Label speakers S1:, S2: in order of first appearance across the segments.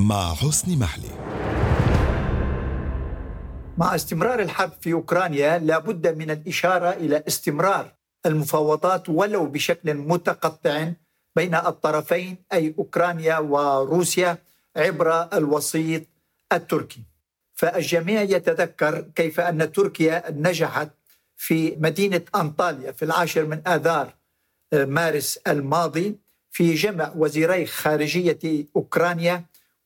S1: مع حسن محلي.
S2: مع استمرار الحرب في أوكرانيا لابد من الإشارة إلى استمرار المفاوضات ولو بشكل متقطع بين الطرفين أي أوكرانيا وروسيا عبر الوسيط التركي. فالجميع يتذكر كيف أن تركيا نجحت في مدينة أنطاليا في 10 من آذار مارس الماضي في جمع وزيري خارجية أوكرانيا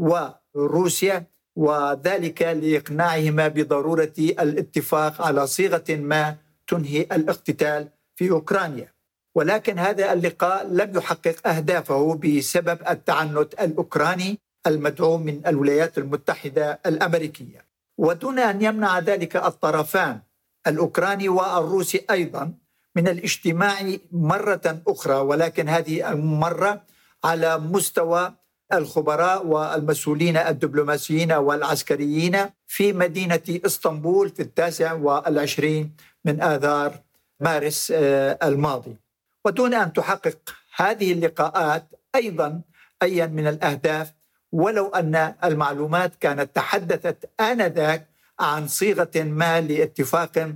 S2: وروسيا، وذلك لإقناعهما بضرورة الاتفاق على صيغة ما تنهي الاقتتال في أوكرانيا. ولكن هذا اللقاء لم يحقق أهدافه بسبب التعنت الأوكراني المدعوم من الولايات المتحدة الأمريكية، ودون أن يمنع ذلك الطرفان الأوكراني والروسي أيضا من الاجتماع مرة أخرى، ولكن هذه المرة على مستوى الخبراء والمسؤولين الدبلوماسيين والعسكريين في مدينة إسطنبول في 29 من آذار مارس الماضي. ودون أن تحقق هذه اللقاءات أيضا أي من الأهداف، ولو أن المعلومات كانت تحدثت آنذاك عن صيغة ما لاتفاق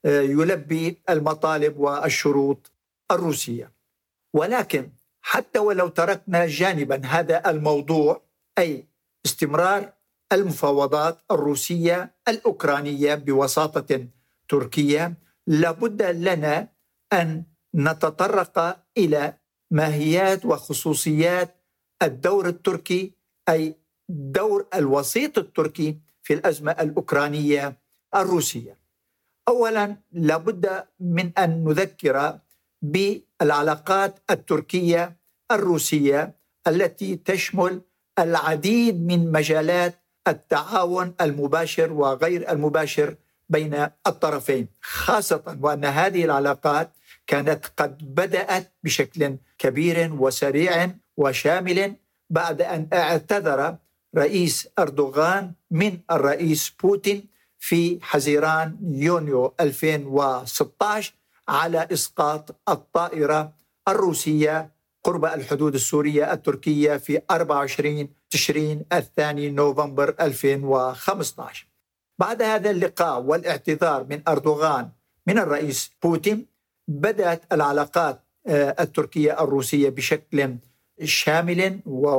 S2: يلبي المطالب والشروط الروسية. ولكن حتى ولو تركنا جانبا هذا الموضوع، أي استمرار المفاوضات الروسية الأوكرانية بوساطة تركية، لابد لنا أن نتطرق إلى ماهيات وخصوصيات الدور التركي، أي دور الوسيط التركي في الأزمة الأوكرانية الروسية. أولا لابد من أن نذكر بالعلاقات التركية الروسية التي تشمل العديد من مجالات التعاون المباشر وغير المباشر بين الطرفين، خاصة وأن هذه العلاقات كانت قد بدأت بشكل كبير وسريع وشامل بعد أن اعتذر رئيس أردوغان من الرئيس بوتين في حزيران يونيو 2016 على إسقاط الطائرة الروسية قرب الحدود السورية التركية في 24 تشرين الثاني نوفمبر 2015. بعد هذا اللقاء والاعتذار من أردوغان من الرئيس بوتين، بدأت العلاقات التركية الروسية بشكل شامل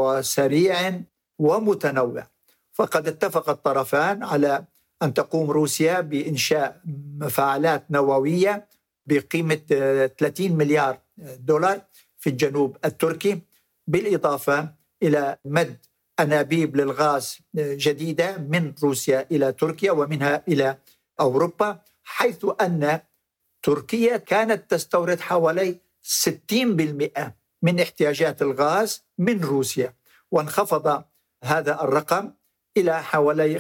S2: وسريع ومتنوع. فقد اتفق الطرفان على أن تقوم روسيا بإنشاء مفاعلات نووية بقيمة 30 مليار دولار في الجنوب التركي، بالإضافة إلى مد أنابيب للغاز جديدة من روسيا إلى تركيا ومنها إلى أوروبا، حيث أن تركيا كانت تستورد حوالي 60% من احتياجات الغاز من روسيا، وانخفض هذا الرقم إلى حوالي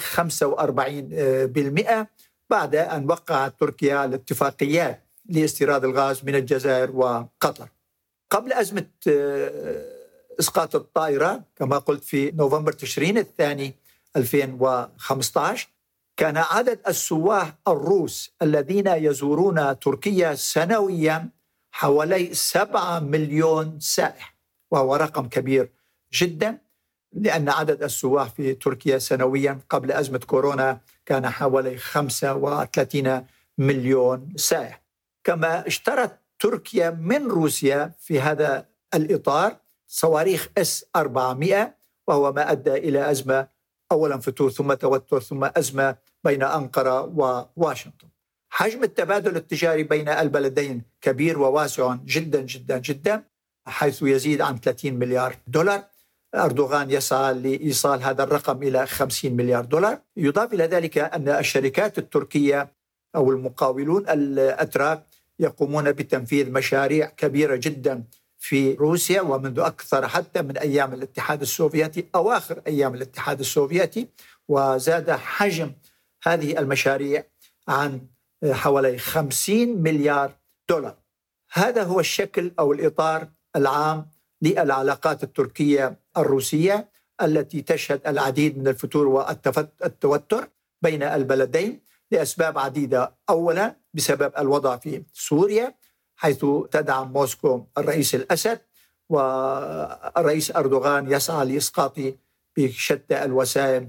S2: 45% بعد أن وقعت تركيا على اتفاقيات لاستيراد الغاز من الجزائر وقطر. قبل أزمة إسقاط الطائرة كما قلت في نوفمبر تشرين الثاني 2015، كان عدد السواح الروس الذين يزورون تركيا سنويا حوالي 7 مليون سائح، وهو رقم كبير جدا، لأن عدد السواح في تركيا سنويا قبل أزمة كورونا كان حوالي 35 مليون سائح. كما اشترت تركيا من روسيا في هذا الإطار صواريخ S-400، وهو ما أدى إلى أزمة، أولا فتور ثم توتر ثم أزمة بين أنقرة وواشنطن. حجم التبادل التجاري بين البلدين كبير وواسع جدا جدا جدا، حيث يزيد عن 30 مليار دولار. أردوغان يسعى لإيصال هذا الرقم إلى 50 مليار دولار. يضاف إلى ذلك أن الشركات التركية أو المقاولون الأتراك يقومون بتنفيذ مشاريع كبيرة جدا في روسيا، ومنذ أكثر حتى من أيام الاتحاد السوفيتي، أواخر أيام الاتحاد السوفيتي، وزاد حجم هذه المشاريع عن حوالي 50 مليار دولار. هذا هو الشكل أو الإطار العام للعلاقات التركية الروسية التي تشهد العديد من الفتور والتوتر بين البلدين لأسباب عديدة. أولا بسبب الوضع في سوريا، حيث تدعم موسكو الرئيس الأسد، والرئيس أردوغان يسعى لإسقاط بشتى الوسائل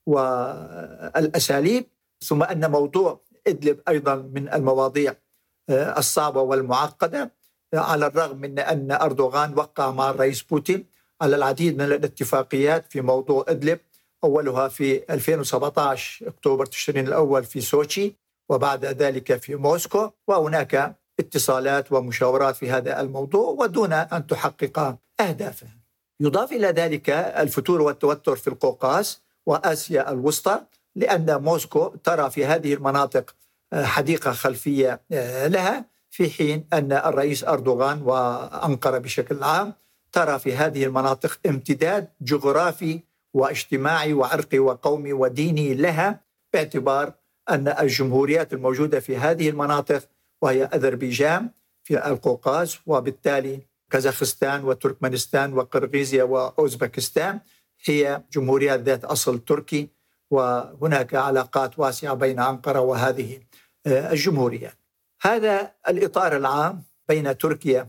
S2: والأساليب. ثم أن موضوع إدلب أيضا من المواضيع الصعبة والمعقدة، على الرغم من أن أردوغان وقع مع الرئيس بوتين على العديد من الاتفاقيات في موضوع إدلب، أولها في 2017 أكتوبر تشرين الأول في سوتشي، وبعد ذلك في موسكو، وهناك اتصالات ومشاورات في هذا الموضوع ودون أن تحقق أهدافها. يضاف إلى ذلك الفتور والتوتر في القوقاز وآسيا الوسطى، لأن موسكو ترى في هذه المناطق حديقة خلفية لها، في حين أن الرئيس أردوغان وأنقرة بشكل عام ترى في هذه المناطق امتداد جغرافي واجتماعي وعرقي وقومي وديني لها، باعتبار أن الجمهوريات الموجودة في هذه المناطق، وهي أذربيجان في القوقاز، وبالتالي كازاخستان وتركمانستان وقرغيزيا وأوزبكستان، هي جمهوريات ذات أصل تركي، وهناك علاقات واسعة بين أنقرة وهذه الجمهوريات. هذا الإطار العام بين تركيا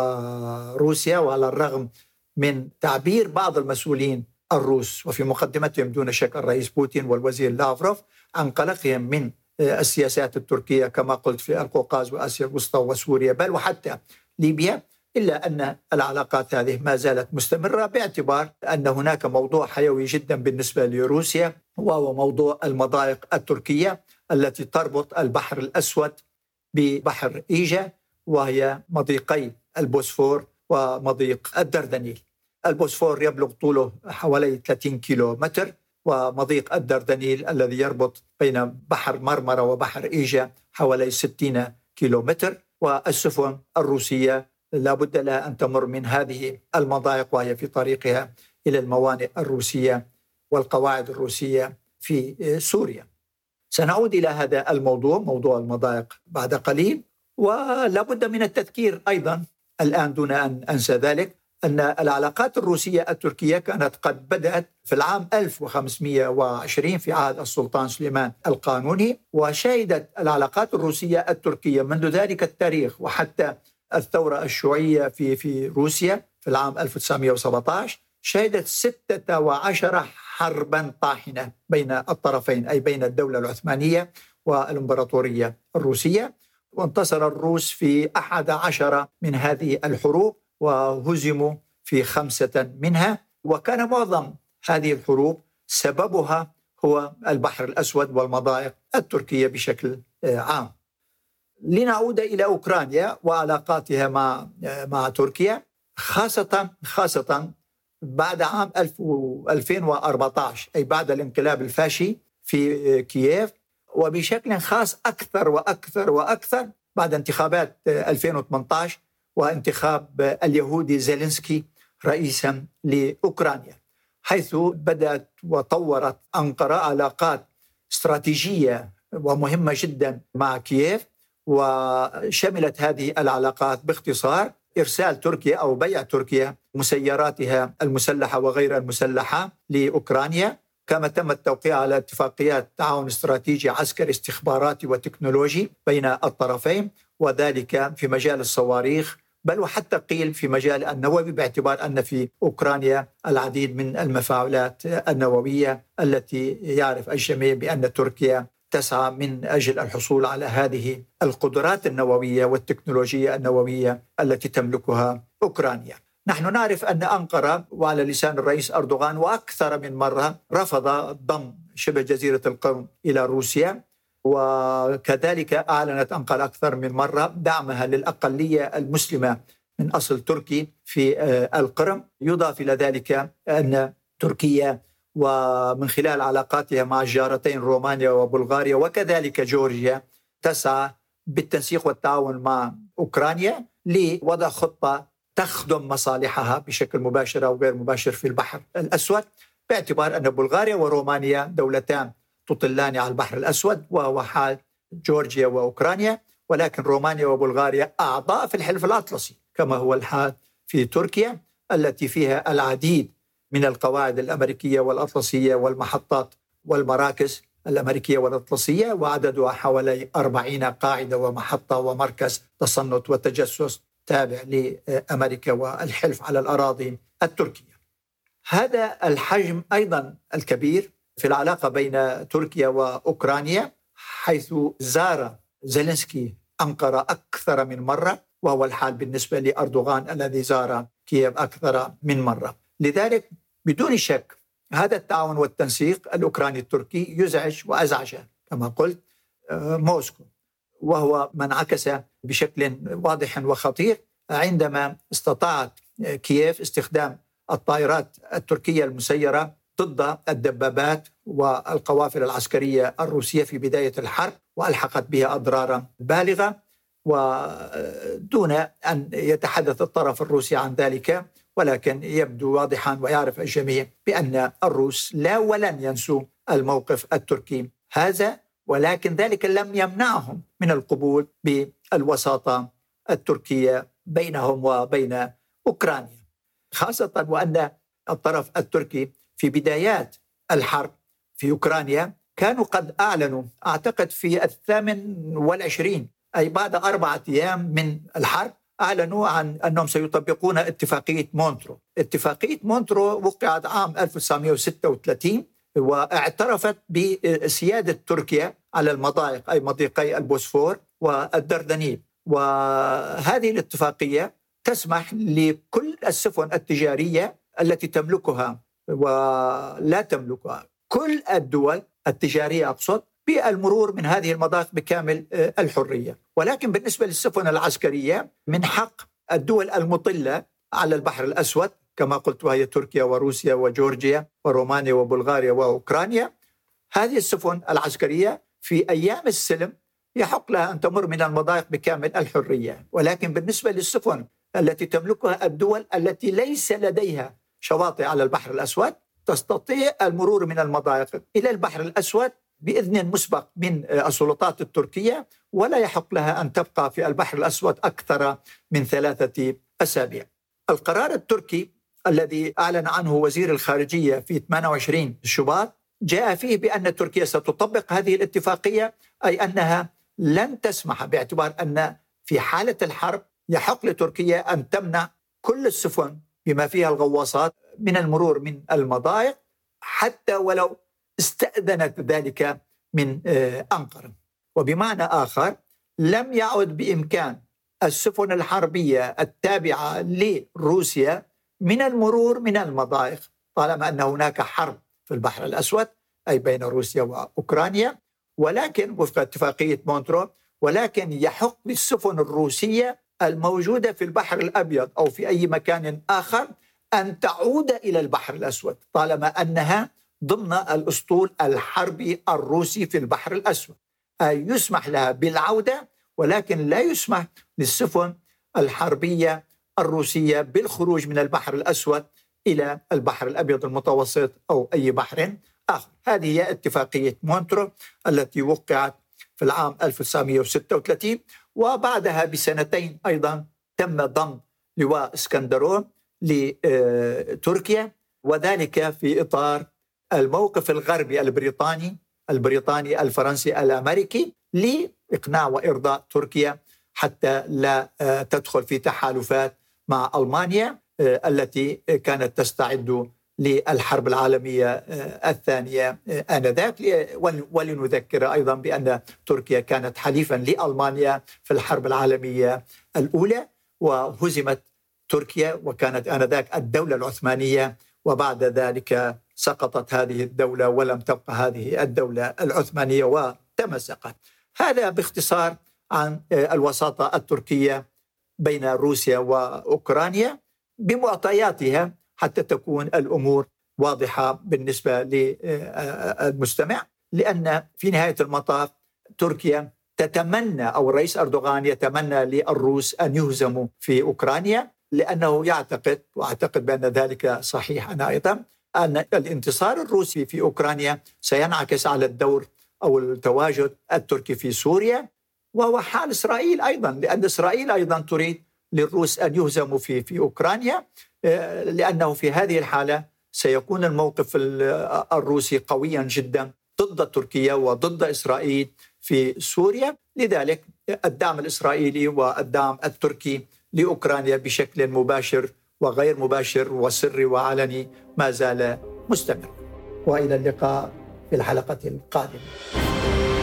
S2: وروسيا، وعلى الرغم من تعبير بعض المسؤولين الروس وفي مقدمتهم دون شك الرئيس بوتين والوزير لافروف عن قلقهم من السياسات التركية كما قلت في القوقاز وآسيا الوسطى وسوريا بل وحتى ليبيا، إلا أن العلاقات هذه ما زالت مستمرة، باعتبار أن هناك موضوع حيوي جدا بالنسبة لروسيا، وهو موضوع المضايق التركية التي تربط البحر الأسود ببحر إيجا، وهي مضيقي البوسفور ومضيق الدردنيل. البوسفور يبلغ طوله حوالي 30 كيلو متر، ومضيق الدردنيل الذي يربط بين بحر مرمرة وبحر إيجا حوالي 60 كيلو متر. والسفن الروسية لا بد لها أن تمر من هذه المضايق وهي في طريقها إلى الموانئ الروسية والقواعد الروسية في سوريا. سنعود إلى هذا الموضوع، موضوع المضايق، بعد قليل. ولا بد من التذكير أيضا الآن دون أن أنسى ذلك أن العلاقات الروسية التركية كانت قد بدأت في العام 1520 في عهد السلطان سليمان القانوني، وشهدت العلاقات الروسية التركية منذ ذلك التاريخ وحتى الثورة الشيوعية في روسيا في العام 1917 شهدت 16 حربا طاحنة بين الطرفين، أي بين الدولة العثمانية والإمبراطورية الروسية، وانتصر الروس في 11 من هذه الحروب وهزموا في 5 منها. وكان معظم هذه الحروب سببها هو البحر الأسود والمضايق التركية بشكل عام. لنعود إلى أوكرانيا وعلاقاتها مع تركيا، خاصة بعد عام 2014، أي بعد الانقلاب الفاشي في كييف، وبشكل خاص أكثر وأكثر وأكثر بعد انتخابات 2018 وانتخاب اليهودي زيلينسكي رئيسا لأوكرانيا، حيث بدأت وطورت أنقرة علاقات استراتيجية ومهمة جدا مع كييف. وشملت هذه العلاقات باختصار إرسال تركيا أو بيع تركيا مسيراتها المسلحة وغير المسلحة لأوكرانيا، كما تم التوقيع على اتفاقيات تعاون استراتيجي عسكري استخباراتي وتكنولوجي بين الطرفين، وذلك في مجال الصواريخ بل وحتى قيل في مجال النووي، باعتبار أن في أوكرانيا العديد من المفاعلات النووية التي يعرف الجميع بأن تركيا تسعى من أجل الحصول على هذه القدرات النووية والتكنولوجيا النووية التي تملكها أوكرانيا. نحن نعرف أن أنقرة وعلى لسان الرئيس أردوغان وأكثر من مرة رفض ضم شبه جزيرة القرم إلى روسيا، وكذلك أعلنت أنقرة أكثر من مرة دعمها للأقلية المسلمة من أصل تركي في القرم. يضاف إلى ذلك أن تركيا ومن خلال علاقاتها مع الجارتين رومانيا وبلغاريا وكذلك جورجيا تسعى بالتنسيق والتعاون مع أوكرانيا لوضع خطة تخدم مصالحها بشكل مباشر أو غير مباشر في البحر الأسود، باعتبار أن بلغاريا ورومانيا دولتان تطلان على البحر الأسود وهو حال جورجيا وأوكرانيا، ولكن رومانيا وبلغاريا أعضاء في الحلف الأطلسي كما هو الحال في تركيا التي فيها العديد من القواعد الأمريكية والأطلسية والمحطات والمراكز الأمريكية والأطلسية، وعددها حوالي 40 قاعدة ومحطة ومركز تصنت وتجسس تابع لأمريكا والحلف على الأراضي التركية. هذا الحجم أيضا الكبير في العلاقة بين تركيا وأوكرانيا، حيث زار زيلينسكي أنقرة أكثر من مرة، وهو الحال بالنسبة لأردوغان الذي زار كييف أكثر من مرة. لذلك بدون شك هذا التعاون والتنسيق الأوكراني التركي يزعج وأزعج كما قلت موسكو، وهو ما انعكس بشكل واضح وخطير عندما استطاعت كييف استخدام الطائرات التركية المسيرة ضد الدبابات والقوافل العسكرية الروسية في بداية الحرب، وألحقت بها أضرارا بالغة، ودون أن يتحدث الطرف الروسي عن ذلك، ولكن يبدو واضحا ويعرف الجميع بأن الروس لا ولن ينسوا الموقف التركي هذا، ولكن ذلك لم يمنعهم من القبول بالوساطة التركية بينهم وبين أوكرانيا، خاصة وأن الطرف التركي في بدايات الحرب في أوكرانيا كانوا قد أعلنوا أعتقد في 28 أي بعد 4 أيام من الحرب أعلنوا عن أنهم سيطبقون اتفاقية مونترو. اتفاقية مونترو وقعت عام 1936 واعترفت بسيادة تركيا على المضايق أي مضيقي البوسفور والدردنيل، وهذه الاتفاقية تسمح لكل السفن التجارية التي تملكها ولا تملكها كل الدول التجارية أقصد بالمرور من هذه المضايق بكامل الحرية. ولكن بالنسبة للسفن العسكرية من حق الدول المطلة على البحر الأسود كما قلت، وهي تركيا وروسيا وجورجيا ورومانيا وبلغاريا وأوكرانيا، هذه السفن العسكرية في أيام السلم يحق لها أن تمر من المضايق بكامل الحرية. ولكن بالنسبة للسفن التي تملكها الدول التي ليس لديها شواطئ على البحر الأسود تستطيع المرور من المضايق إلى البحر الأسود بإذن مسبق من السلطات التركية، ولا يحق لها أن تبقى في البحر الأسود أكثر من 3 أسابيع. القرار التركي الذي أعلن عنه وزير الخارجية في 28 شباط جاء فيه بأن تركيا ستطبق هذه الاتفاقية، أي أنها لن تسمح باعتبار أن في حالة الحرب يحق لتركيا أن تمنع كل السفن بما فيها الغواصات من المرور من المضايق حتى ولو استأذنت ذلك من أنقرة. وبمعنى آخر لم يعد بإمكان السفن الحربية التابعة لروسيا من المرور من المضايق طالما أن هناك حرب في البحر الأسود أي بين روسيا وأوكرانيا، ولكن وفق اتفاقية مونترو ولكن يحق للسفن الروسية الموجودة في البحر الأبيض أو في أي مكان آخر أن تعود إلى البحر الأسود طالما أنها ضمن الأسطول الحربي الروسي في البحر الأسود، أي يسمح لها بالعودة، ولكن لا يسمح للسفن الحربية الروسية بالخروج من البحر الأسود إلى البحر الأبيض المتوسط أو أي بحر آخر. هذه هي اتفاقية مونترو التي وقعت في العام 1936، وبعدها بسنتين أيضا تم ضم لواء اسكندرون لتركيا، وذلك في إطار الموقف الغربي البريطاني الفرنسي الأمريكي لإقناع وإرضاء تركيا حتى لا تدخل في تحالفات مع ألمانيا التي كانت تستعد للحرب العالمية الثانية آنذاك. ولنذكر أيضا بأن تركيا كانت حليفا لألمانيا في الحرب العالمية الأولى، وهزمت تركيا وكانت آنذاك الدولة العثمانية، وبعد ذلك سقطت هذه الدولة ولم تبقى هذه الدولة العثمانية وتمزقت. هذا باختصار عن الوساطة التركية بين روسيا وأوكرانيا بمعطياتها حتى تكون الأمور واضحة بالنسبة للمستمع، لأن في نهاية المطاف تركيا تتمنى أو الرئيس أردوغان يتمنى للروس أن يهزموا في أوكرانيا، لأنه يعتقد وأعتقد بأن ذلك صحيح أنا أيضا أن الانتصار الروسي في أوكرانيا سينعكس على الدور أو التواجد التركي في سوريا، وهو حال إسرائيل أيضا، لأن إسرائيل أيضا تريد للروس أن يهزموا في أوكرانيا، لأنه في هذه الحالة سيكون الموقف الروسي قويا جدا ضد تركيا وضد إسرائيل في سوريا. لذلك الدعم الإسرائيلي والدعم التركي لأوكرانيا بشكل مباشر وغير مباشر وسري وعلني ما زال مستمر. وإلى اللقاء في الحلقة القادمة.